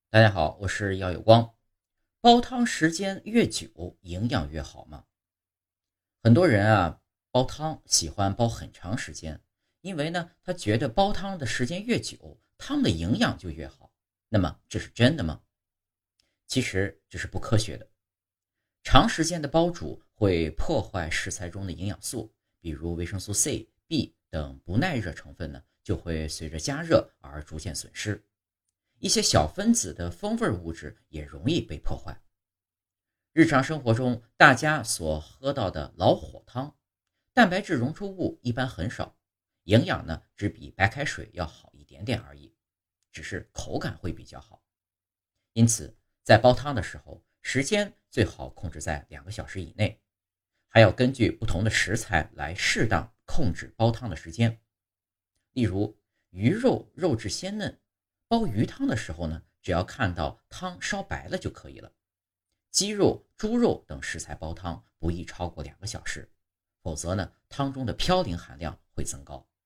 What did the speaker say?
大家好，我是耀有光。煲汤时间越久，营养越好吗？很多人煲汤喜欢煲很长时间，因为呢，他觉得煲汤的时间越久，汤的营养就越好。那么这是真的吗？其实这是不科学的。长时间的煲煮会破坏食材中的营养素，比如维生素 C、B 等不耐热成分呢，就会随着加热而逐渐损失。一些小分子的风味物质也容易被破坏。日常生活中，大家所喝到的老火汤，蛋白质溶出物一般很少，营养呢只比白开水要好一点点而已，只是口感会比较好。因此，在煲汤的时候，时间最好控制在2个小时以内，还要根据不同的食材来适当控制煲汤的时间。例如，鱼肉肉质鲜嫩，煲鱼汤的时候呢，只要看到汤烧白了就可以了。鸡肉、猪肉等食材煲汤不宜超过2个小时，否则呢，汤中的嘌呤含量会增高。